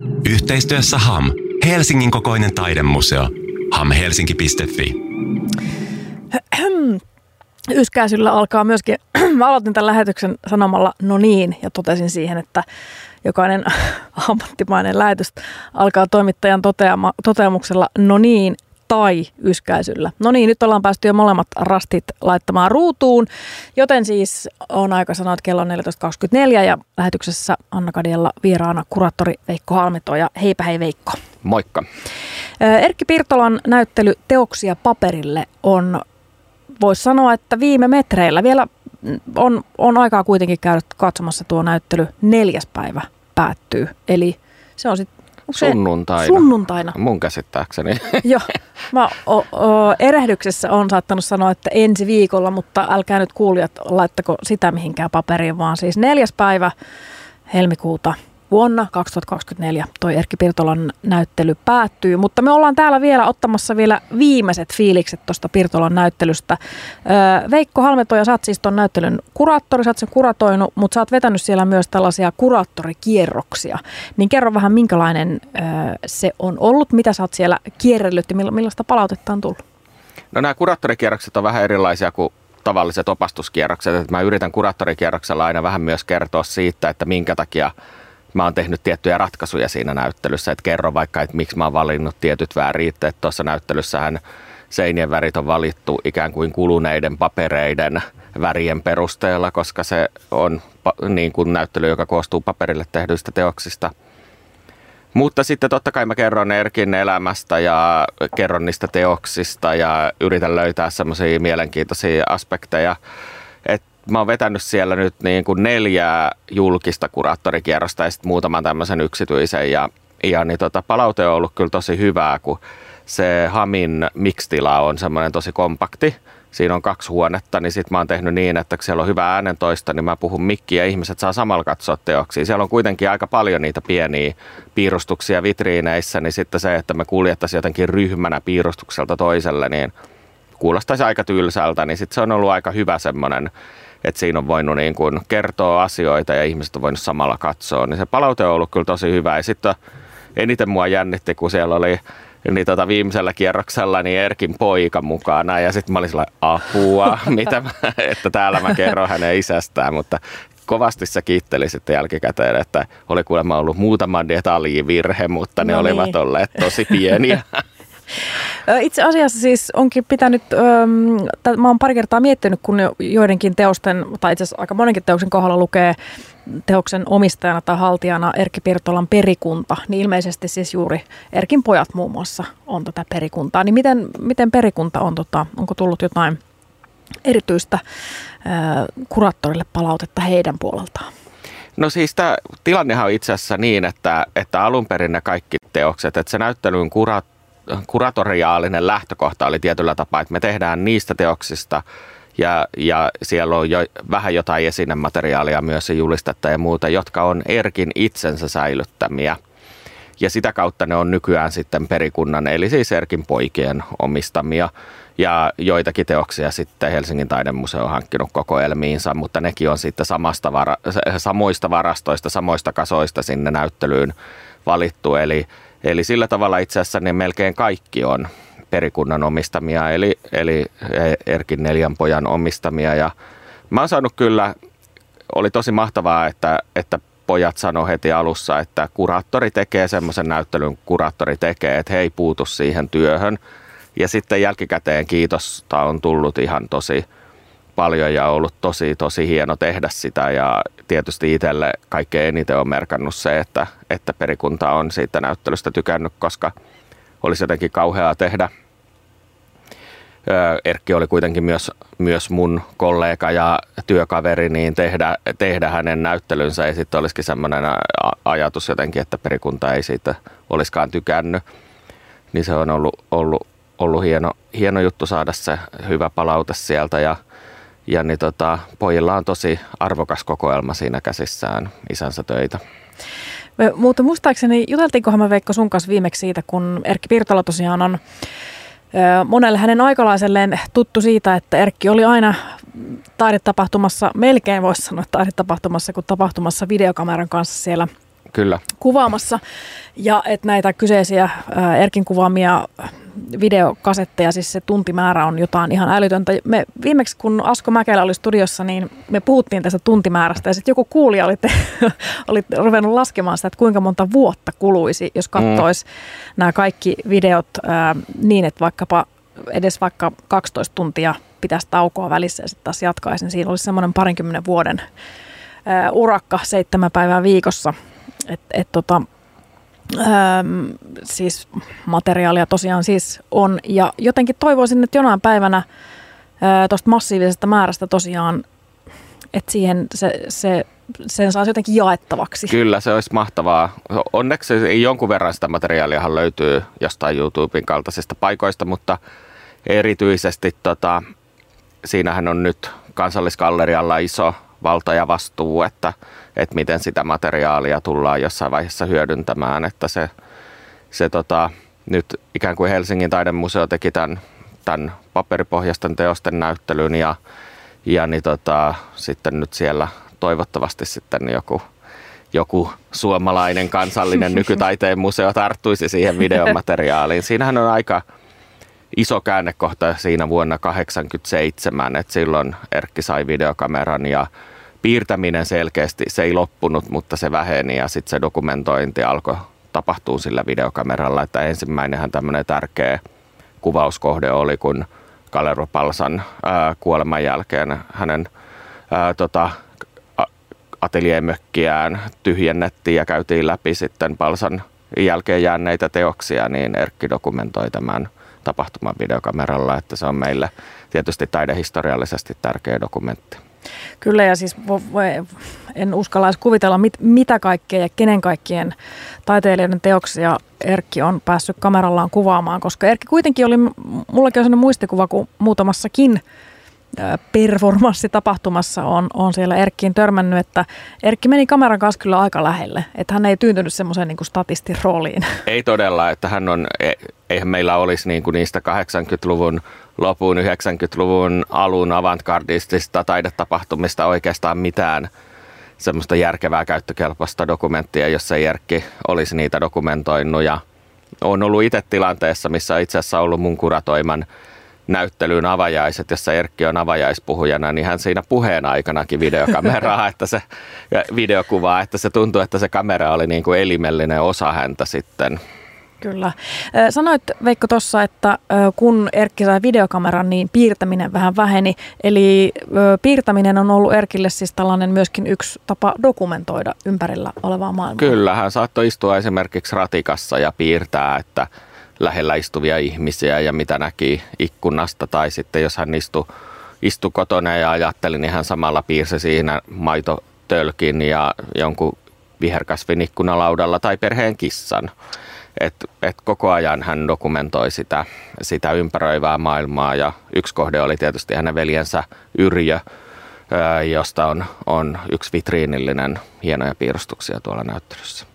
Yhteistyössä HAM, Helsingin kokoinen taidemuseo. hamhelsinki.fi. Yskäisyllä alkaa myöskin, mä aloitin tämän lähetyksen sanomalla no niin, ja totesin siihen, että jokainen ammattimainen lähetys alkaa toimittajan toteamuksella no niin tai yskäisyllä. No niin, nyt ollaan päästy jo molemmat rastit laittamaan ruutuun, joten siis on aika sanoa, että kello on 14.24 ja lähetyksessä Anna Kadialla vieraana kuraattori Veikko Halmetoja. Heipä hei Veikko. Moikka. Erkki Pirtolan näyttely Teoksia paperille on, voisi sanoa, että viime metreillä. Vielä on aikaa kuitenkin käydä katsomassa tuo näyttely. 4. päivä päättyy, eli se on sitten sunnuntaina. Mun käsittääkseni. Joo, mä erehdyksessä on saattanut sanoa, että ensi viikolla, mutta älkää nyt kuulijat laittako sitä mihinkään paperiin, vaan siis 4. päivä helmikuuta vuonna 2024 toi Erkki Pirtolan näyttely päättyy, mutta me ollaan täällä vielä ottamassa vielä viimeiset fiilikset tuosta Pirtolan näyttelystä. Veikko Halmetoja, sä oot siis ton näyttelyn kuraattori, sä oot sen kuratoinut, mutta sä oot vetänyt siellä myös tällaisia kuraattorikierroksia. Niin kerro vähän, minkälainen se on ollut, mitä sä oot siellä kierrellyt ja millaista palautetta on tullut? No nämä kuraattorikierrokset on vähän erilaisia kuin tavalliset opastuskierrokset. Että mä yritän kuraattorikierroksella aina vähän myös kertoa siitä, että minkä takia mä oon tehnyt tiettyjä ratkaisuja siinä näyttelyssä, että kerro vaikka, että miksi mä oon valinnut tietyt värit. Tuossa näyttelyssähän seinien värit on valittu ikään kuin kuluneiden papereiden värien perusteella, koska se on niin kuin näyttely, joka koostuu paperille tehdyistä teoksista. Mutta sitten totta kai mä kerron Erkin elämästä ja kerron niistä teoksista ja yritän löytää semmoisia mielenkiintoisia aspekteja. Mä oon vetänyt siellä nyt niin kuin 4 julkista kuraattorikierrosta ja sitten muutaman tämmöisen yksityisen ja niin palaute on ollut kyllä tosi hyvää, kun se HAMin mix-tila on semmoinen tosi kompakti. Siinä on 2 huonetta, niin sitten mä oon tehnyt niin, että kun siellä on hyvä äänentoista, niin mä puhun mikkiin ja ihmiset saa samalla katsoa teoksia. Siellä on kuitenkin aika paljon niitä pieniä piirustuksia vitriineissä, niin sitten se, että me kuljettaisiin jotenkin ryhmänä piirustukselta toiselle, niin kuulostaisi aika tylsältä, niin sitten se on ollut aika hyvä semmoinen, että siinä on voinut niin kuin kertoa asioita ja ihmiset on voinut samalla katsoa, niin se palaute on ollut kyllä tosi hyvä. Ja sitten eniten mua jännitti, kun siellä oli niin viimeisellä kierroksella niin Erkin poika mukana ja sitten mä olin sellainen apua, että täällä mä kerron hänen isästään, mutta kovasti se kiitteli sitten jälkikäteen, että oli kuulemma ollut muutama detaljivirhe, mutta ne olivat olleet tosi pieniä. Itse asiassa siis onkin pitänyt, mä oon pari kertaa miettinyt, kun joidenkin teosten, tai itse asiassa aika monenkin teoksen kohdalla lukee teoksen omistajana tai haltijana Erkki Pirtolan perikunta, niin ilmeisesti siis juuri Erkin pojat muun muassa on tätä perikuntaa. Niin miten perikunta on, onko tullut jotain erityistä kuraattorille palautetta heidän puoleltaan? No siis tämä tilannehan on itse asiassa niin, että alun perin ne kaikki teokset, että se näyttelyn kuratoriaalinen lähtökohta oli tietyllä tapaa, että me tehdään niistä teoksista ja siellä on jo vähän jotain esinemateriaalia myös ja julistetta ja muuta, jotka on Erkin itsensä säilyttämiä. Ja sitä kautta ne on nykyään sitten perikunnan, eli siis Erkin poikien omistamia. Ja joitakin teoksia sitten Helsingin taidemuseo on hankkinut kokoelmiinsa, mutta nekin on sitten samoista varastoista, samoista kasoista sinne näyttelyyn valittu. Eli sillä tavalla itse asiassa ne melkein kaikki on perikunnan omistamia, eli Erkin 4 pojan omistamia. Ja mä oon saanut kyllä, oli tosi mahtavaa, että pojat sanoi heti alussa, että kuraattori tekee semmoisen näyttelyn, kuraattori tekee, että he ei puutu siihen työhön. Ja sitten jälkikäteen kiitosta on tullut ihan tosi paljon ja ollut tosi hieno tehdä sitä. Ja tietysti itselle kaikkein eniten on merkannut se, että perikunta on siitä näyttelystä tykännyt, koska olisi jotenkin kauheaa tehdä. Erkki oli kuitenkin myös mun kollega ja työkaveri, niin tehdä hänen näyttelynsä ja sitten olisikin semmoinen ajatus jotenkin, että perikunta ei siitä olisikaan tykännyt. Niin se on ollut hieno juttu saada se hyvä palaute sieltä ja niin pojilla on tosi arvokas kokoelma siinä käsissään isänsä töitä. Mutta muistaakseni, juteltiinkohan me Veikko sun kanssa viimeksi siitä, kun Erkki Pirtola tosiaan on monelle hänen aikalaiselleen tuttu siitä, että Erkki oli aina taidetapahtumassa, melkein voisi sanoa taidetapahtumassa, kun tapahtumassa videokameran kanssa siellä Kyllä. kuvaamassa. Ja että näitä kyseisiä Erkin kuvaamia videokasetteja, siis se tuntimäärä on jotain ihan älytöntä. Me viimeksi, kun Asko Mäkelä oli studiossa, niin me puhuttiin tästä tuntimäärästä ja sitten joku kuulija oli ruvennut laskemaan sitä, että kuinka monta vuotta kuluisi, jos katsoisi nämä kaikki videot niin, että vaikka 12 tuntia pitäisi taukoa välissä ja sitten taas jatkaisi. Siinä olisi semmoinen 20 vuoden urakka 7 päivää viikossa. Siis materiaalia tosiaan siis on ja jotenkin toivoisin, että jonain päivänä tuosta massiivisesta määrästä tosiaan, että siihen sen saisi jotenkin jaettavaksi. Kyllä, se olisi mahtavaa. Onneksi jonkun verran sitä materiaaliahan löytyy jostain YouTuben kaltaisista paikoista, mutta erityisesti siinähän on nyt Kansallisgallerialla iso valta ja vastuu, että miten sitä materiaalia tullaan jossain vaiheessa hyödyntämään, että se nyt ikään kuin Helsingin taidemuseo teki tämän paperipohjaisten teosten näyttelyn ja niin sitten nyt siellä toivottavasti sitten joku suomalainen kansallinen nykytaiteen museo tarttuisi siihen videomateriaaliin. Siinähän on aika iso käännekohta siinä vuonna 1987, että silloin Erkki sai videokameran ja piirtäminen selkeästi, se ei loppunut, mutta se väheni ja sitten se dokumentointi alkoi tapahtua sillä videokameralla. Että ensimmäinenhän tämmöinen tärkeä kuvauskohde oli, kun Kalervo Palsan kuoleman jälkeen hänen ateljeemökkiään tyhjennettiin ja käytiin läpi sitten Palsan jälkeen jääneitä teoksia, niin Erkki dokumentoi tämän tapahtuman videokameralla, että se on meille tietysti taidehistoriallisesti tärkeä dokumentti. Kyllä, ja siis en uskalla edes kuvitella, mitä kaikkea ja kenen kaikkien taiteilijoiden teoksia Erkki on päässyt kamerallaan kuvaamaan, koska Erkki kuitenkin oli, mullakin on sellainen muistikuva, kun muutamassakin performanssitapahtumassa on siellä Erkkiin törmännyt, että Erkki meni kameran kanssa kyllä aika lähelle, että hän ei tyyntynyt semmoiseen niin kuin statistin rooliin. Ei todella, että eihän meillä olisi niin kuin niistä 80-luvun lopun, 90-luvun alun avantgardistisista taidetapahtumista oikeastaan mitään semmoista järkevää käyttökelpoista dokumenttia, jossa Erkki olisi niitä dokumentoinut. Ja olen ollut itse tilanteessa, missä itse asiassa ollut mun kuratoiman näyttelyyn avajaiset, jossa Erkki on avajaispuhujana, niin hän siinä puheen aikanakin videokameraa, videokuvaa, että se tuntuu, että se kamera oli niin kuin elimellinen osa häntä sitten. Kyllä. Sanoit, Veikko, tuossa, että kun Erkki sai videokameran, niin piirtäminen vähän väheni. Eli piirtäminen on ollut Erkille siis tällainen myöskin yksi tapa dokumentoida ympärillä olevaa maailmaa. Kyllä, hän saattoi istua esimerkiksi ratikassa ja piirtää, että lähellä istuvia ihmisiä ja mitä näki ikkunasta. Tai sitten jos hän istui kotona ja ajatteli, niin hän samalla piirsi siinä maitotölkin ja jonkun viherkasvin ikkunalaudalla tai perheen kissan. Et koko ajan hän dokumentoi sitä ympäröivää maailmaa ja yksi kohde oli tietysti hänen veljensä Yrjö, josta on yksi vitriinillinen hienoja piirustuksia tuolla näyttelyssä.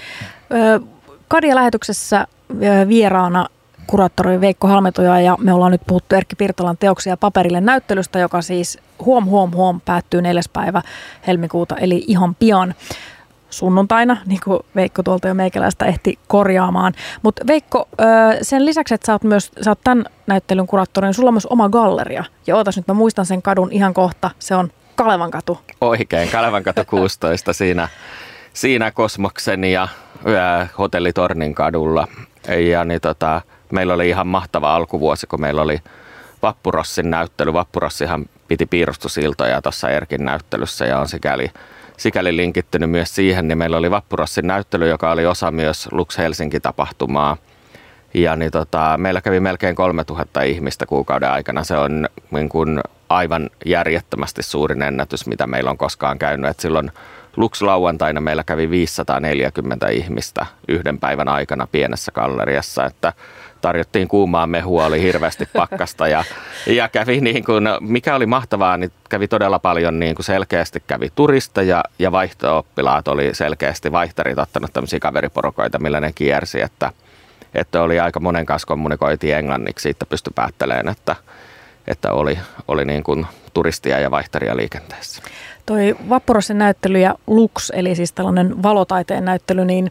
Kadia-lähetyksessä vieraana kuraattori Veikko Halmetoja ja me ollaan nyt puhuttu Erkki Pirtolan teoksia paperille näyttelystä, joka siis huom päättyy 4. päivä helmikuuta eli ihan pian. Sunnuntaina, niin kuin Veikko tuolta jo meikäläistä ehti korjaamaan. Mutta Veikko, sen lisäksi, että sä oot tämän näyttelyn kuraattori, niin sulla on myös oma galleria. Ja ootas nyt, mä muistan sen kadun ihan kohta. Se on Kalevankatu. Oikein, Kalevankatu 16 siinä Kosmoksen ja Hotelli Tornin kadulla. Ja niin meillä oli ihan mahtava alkuvuosi, kun meillä oli Vappurossin näyttely. Vappurossihan piti piirustusiltoja tuossa Erkin näyttelyssä ja on sikäli linkittynyt myös siihen, niin meillä oli Vappurossin näyttely, joka oli osa myös Lux Helsinki-tapahtumaa. Ja niin meillä kävi melkein 3000 ihmistä kuukauden aikana. Se on niin kuin aivan järjettömästi suurin ennätys, mitä meillä on koskaan käynyt. Et silloin Lux-lauantaina meillä kävi 540 ihmistä yhden päivän aikana pienessä galleriassa, että tarjottiin kuumaa mehua, oli hirveästi pakkasta ja kävi niin kuin, mikä oli mahtavaa, niin kävi todella paljon niin kuin selkeästi kävi turisteja ja vaihto-oppilaat oli selkeästi vaihtarit ottanut tämmöisiä kaveriporukoita, millä ne kiersi, että oli aika monen kanssa kommunikoitiin englanniksi, siitä pystyi päättelemään, että oli niin kuin turistia ja vaihtaria liikenteessä. Toi Vappurossin näyttely ja Lux, eli siis tällainen valotaiteen näyttely, niin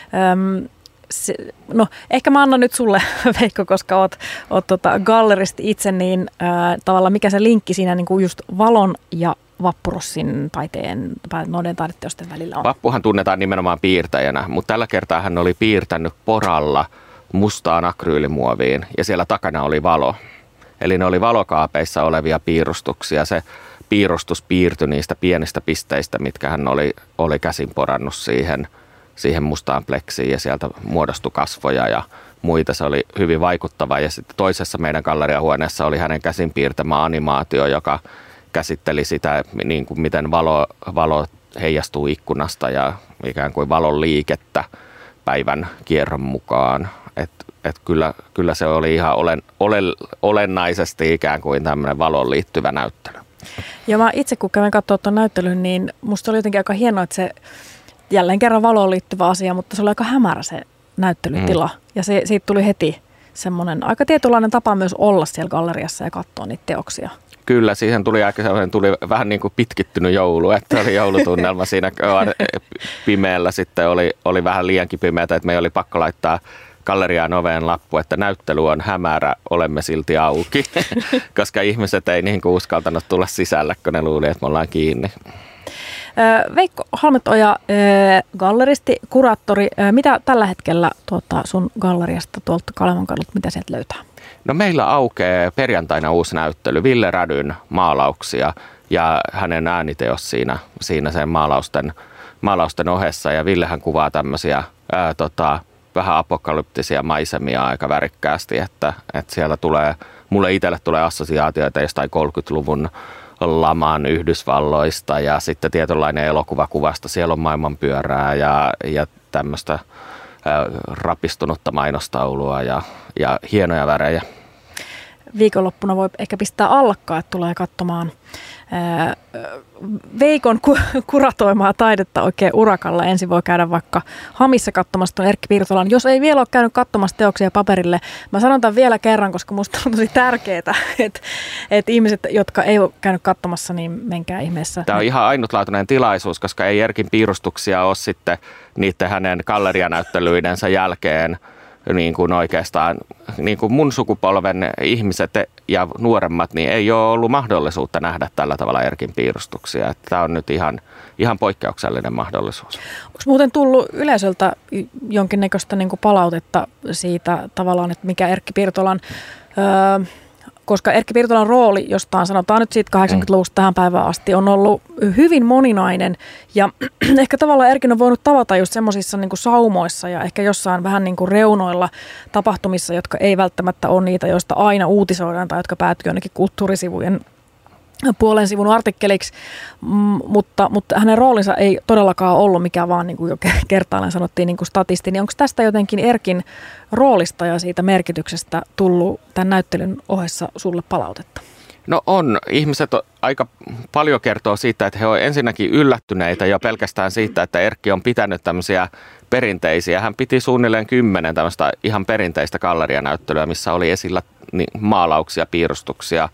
no ehkä mä annan nyt sulle, Veikko, koska oot galleristi itse, niin tavallaan mikä se linkki siinä niin kuin just valon ja Vappurossin taiteen tai noiden taideteosten välillä on? Vappuhan tunnetaan nimenomaan piirtäjänä, mutta tällä kertaa hän oli piirtänyt poralla mustaan akryylimuoviin ja siellä takana oli valo. Eli ne oli valokaapeissa olevia piirustuksia. Se piirustus piirtyi niistä pienistä pisteistä, mitkä hän oli käsin porannut siihen mustaan pleksiin ja sieltä muodostui kasvoja ja muita. Se oli hyvin vaikuttava ja sitten toisessa meidän galleriahuoneessa oli hänen käsin piirtämä animaatio, joka käsitteli sitä, niin kuin miten valo heijastuu ikkunasta ja ikään kuin valon liikettä päivän kierron mukaan. Et kyllä se oli ihan olennaisesti ikään kuin tämmöinen valoon liittyvä näyttely. Ja mä itse kun kävin katsoa tuon näyttelyn, niin musta oli jotenkin aika hienoa, että se jälleen kerran valoon liittyvä asia, mutta se oli aika hämärä se näyttelytila. Ja siitä tuli heti semmoinen aika tietynlainen tapa myös olla siellä galleriassa ja katsoa niitä teoksia. Kyllä, siihen tuli vähän niin kuin pitkittynyt joulu, että oli joulutunnelma siinä pimeällä. Sitten oli vähän liiankin pimeätä, että meidän oli pakko laittaa galleriaan oveen lappu, että näyttely on hämärä, olemme silti auki, koska ihmiset ei niin kuin uskaltanut tulla sisälle, kun ne luuli, että me ollaan kiinni. Veikko Halmetoja, galleristi, kuraattori, mitä tällä hetkellä sun galleriasta tuolta Kalevankadulta, mitä sieltä löytää? No meillä aukeaa perjantaina uusi näyttely, Ville Rädyn maalauksia ja hänen ääniteos siinä sen maalausten ohessa. Ja Villehän kuvaa tämmöisiä vähän apokalyptisia maisemia aika värikkäästi, että siellä mulle itselle tulee assosiaatioita jostain 30-luvun laman Yhdysvalloista ja sitten tietynlainen elokuvakuvasta. Siellä on maailmanpyörää ja tämmöistä rapistunutta mainostaulua ja hienoja värejä. Viikonloppuna voi ehkä pistää allakkaa, että tulee katsomaan Veikon kuratoimaa taidetta oikein urakalla. Ensin voi käydä vaikka Hamissa katsomassa tuon Erkki Piirtolan. Jos ei vielä ole käynyt katsomassa teoksia paperille, mä sanon tämän vielä kerran, koska musta on tosi tärkeää, että ihmiset, jotka ei ole käynyt katsomassa, niin menkää ihmeessä. Tämä on ihan ainutlaatuinen tilaisuus, koska ei Erkin piirustuksia ole sitten niiden hänen gallerianäyttelyidensä jälkeen niin kuin oikeastaan niin kuin mun sukupolven ihmiset ja nuoremmat, niin ei ole ollut mahdollisuutta nähdä tällä tavalla Erkin piirustuksia. Tämä on nyt ihan poikkeuksellinen mahdollisuus. Onko muuten tullut yleisöltä jonkinnäköistä niin kuin palautetta siitä tavallaan, että mikä Erkki Piirtolan, koska Erkki Piirtolan rooli, jostain sanotaan nyt siitä 80-luvusta tähän päivään asti, on ollut hyvin moninainen ja ehkä tavallaan Erkin on voinut tavata just semmoisissa niin kuin saumoissa ja ehkä jossain vähän niin kuin reunoilla tapahtumissa, jotka ei välttämättä ole niitä, joista aina uutisoidaan tai jotka päätyy jonnekin kulttuurisivujen puolen sivun artikkeliksi, mutta hänen roolinsa ei todellakaan ollut mikä vaan, niin kuin jo kertaalleen sanottiin, niin kuin statisti. Niin onko tästä jotenkin Erkin roolista ja siitä merkityksestä tullut tämän näyttelyn ohessa sulle palautetta? No on. Ihmiset aika paljon kertoo siitä, että he ovat ensinnäkin yllättyneitä jo pelkästään siitä, että Erkki on pitänyt tämmöisiä perinteisiä. Hän piti suunnilleen 10 tämmöistä ihan perinteistä gallerianäyttelyä, missä oli esillä maalauksia, piirustuksia,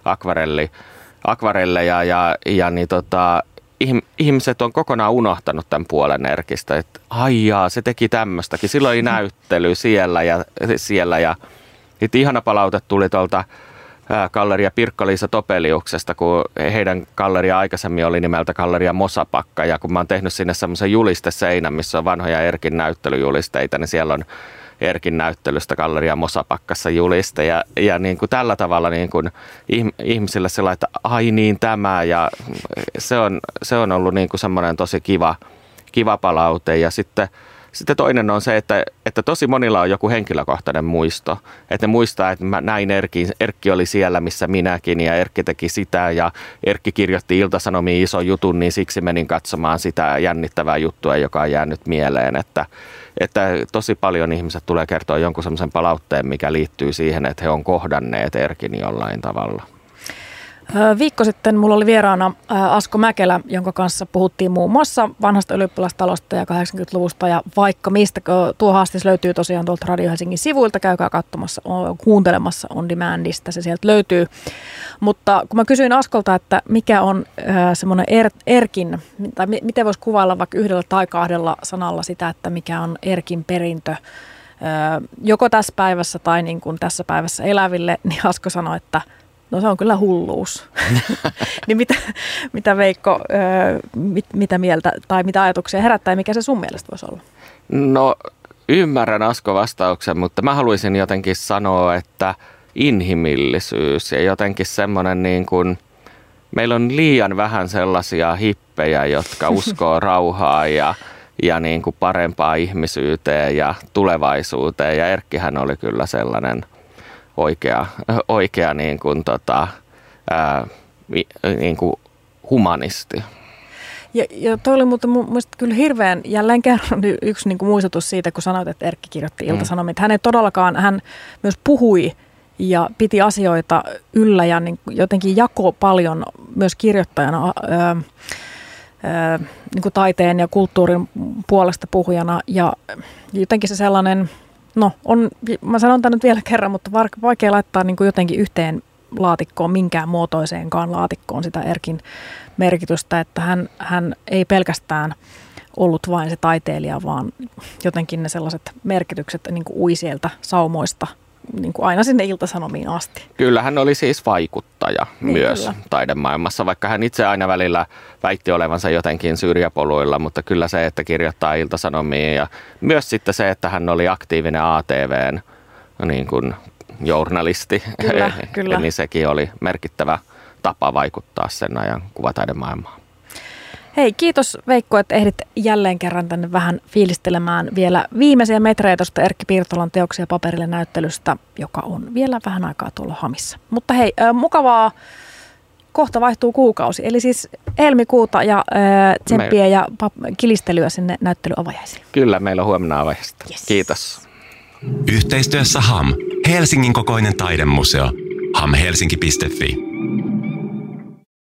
akvarelleja ja niin ihmiset on kokonaan unohtanut tämän puolen Erkistä, että aijaa, se teki tämmöistäkin. Silloin oli näyttely siellä ja ihana palaute tuli tuolta galleria Pirkko-Liisa Topeliuksesta, kun heidän galleria aikaisemmin oli nimeltä galleria Mosapakka ja kun mä oon tehnyt sinne semmoisen julisteseinän, missä on vanhoja Erkin näyttelyjulisteita, niin siellä on Erkin näyttelystä galleria Mosapakkassa juliste ja niin kuin tällä tavalla niin kuin ihmisille sellainen, että ai niin tämä ja se on ollut niin kuin semmoinen tosi kiva palaute ja sitten toinen on se, että tosi monilla on joku henkilökohtainen muisto. Että ne muistaa, että mä näin Erkki oli siellä, missä minäkin ja Erkki teki sitä ja Erkki kirjoitti Ilta-Sanomiin ison jutun, niin siksi menin katsomaan sitä jännittävää juttua, joka on jäänyt mieleen. Että tosi paljon ihmiset tulee kertoa jonkun semmoisen palautteen, mikä liittyy siihen, että he on kohdanneet Erkin jollain tavalla. Viikko sitten mulla oli vieraana Asko Mäkelä, jonka kanssa puhuttiin muun muassa vanhasta ylioppilastalosta ja 80-luvusta ja vaikka mistä. Tuo haastis löytyy tosiaan tuolta Radio Helsingin sivuilta, käykää katsomassa, kuuntelemassa On Demandista, se sieltä löytyy. Mutta kun mä kysyin Askolta, että mikä on semmoinen Erkin, tai miten voisi kuvailla vaikka yhdellä tai kahdella sanalla sitä, että mikä on Erkin perintö, joko tässä päivässä tai niin kuin tässä päivässä eläville, niin Asko sanoi, että no se on kyllä hulluus. Niin mitä Veikko, mitä mieltä tai mitä ajatuksia herättää ja mikä se sun mielestä voisi olla? No ymmärrän Asko vastauksen, mutta mä haluaisin jotenkin sanoa, että inhimillisyys ja jotenkin semmoinen niin kuin, meillä on liian vähän sellaisia hippejä, jotka uskoo rauhaa ja niin kuin parempaa ihmisyyteen ja tulevaisuuteen ja Erkkihän oli kyllä sellainen oikea niin kuin, niin kuin humanisti. Ja toi oli mutta mun mielestä kyllä hirveän jälleen kerran yksi niin kuin muistutus siitä, kun sanoit, että Erkki kirjoitti Ilta-Sanomia. Hän ei todellakaan, hän myös puhui ja piti asioita yllä ja niin jotenkin jakoi paljon myös kirjoittajana niin kuin taiteen ja kulttuurin puolesta puhujana ja jotenkin se sellainen, no on, mä sanon tämän nyt vielä kerran, mutta vaikea laittaa niin kuin jotenkin yhteen laatikkoon, minkään muotoiseenkaan laatikkoon sitä Erkin merkitystä, että hän ei pelkästään ollut vain se taiteilija, vaan jotenkin ne sellaiset merkitykset niin kuin ui sieltä saumoista niin kuin aina sinne Ilta-Sanomiin asti. Kyllä hän oli siis vaikuttaja niin, myös kyllä. Taidemaailmassa, vaikka hän itse aina välillä väitti olevansa jotenkin syrjäpoluilla, mutta kyllä se, että kirjoittaa Ilta-Sanomiin ja myös sitten se, että hän oli aktiivinen ATV:n niin kuin journalisti, kyllä. niin sekin oli merkittävä tapa vaikuttaa sen ajan kuvataidemaailmaan. Hei, kiitos Veikko, että ehdit jälleen kerran tänne vähän fiilistelemään vielä viimeisiä metrejä tuosta Erkki Piirtolan Teoksia paperille -näyttelystä, joka on vielä vähän aikaa tuolla Hamissa. Mutta hei, mukavaa, kohta vaihtuu kuukausi, eli siis helmikuuta ja tsemppiä ja kilistelyä sinne näyttelyavajaisille. Kyllä, meillä on huomenna avajaista. Yes. Kiitos. Yhteistyössä HAM, Helsingin kokoinen taidemuseo. hamhelsinki.fi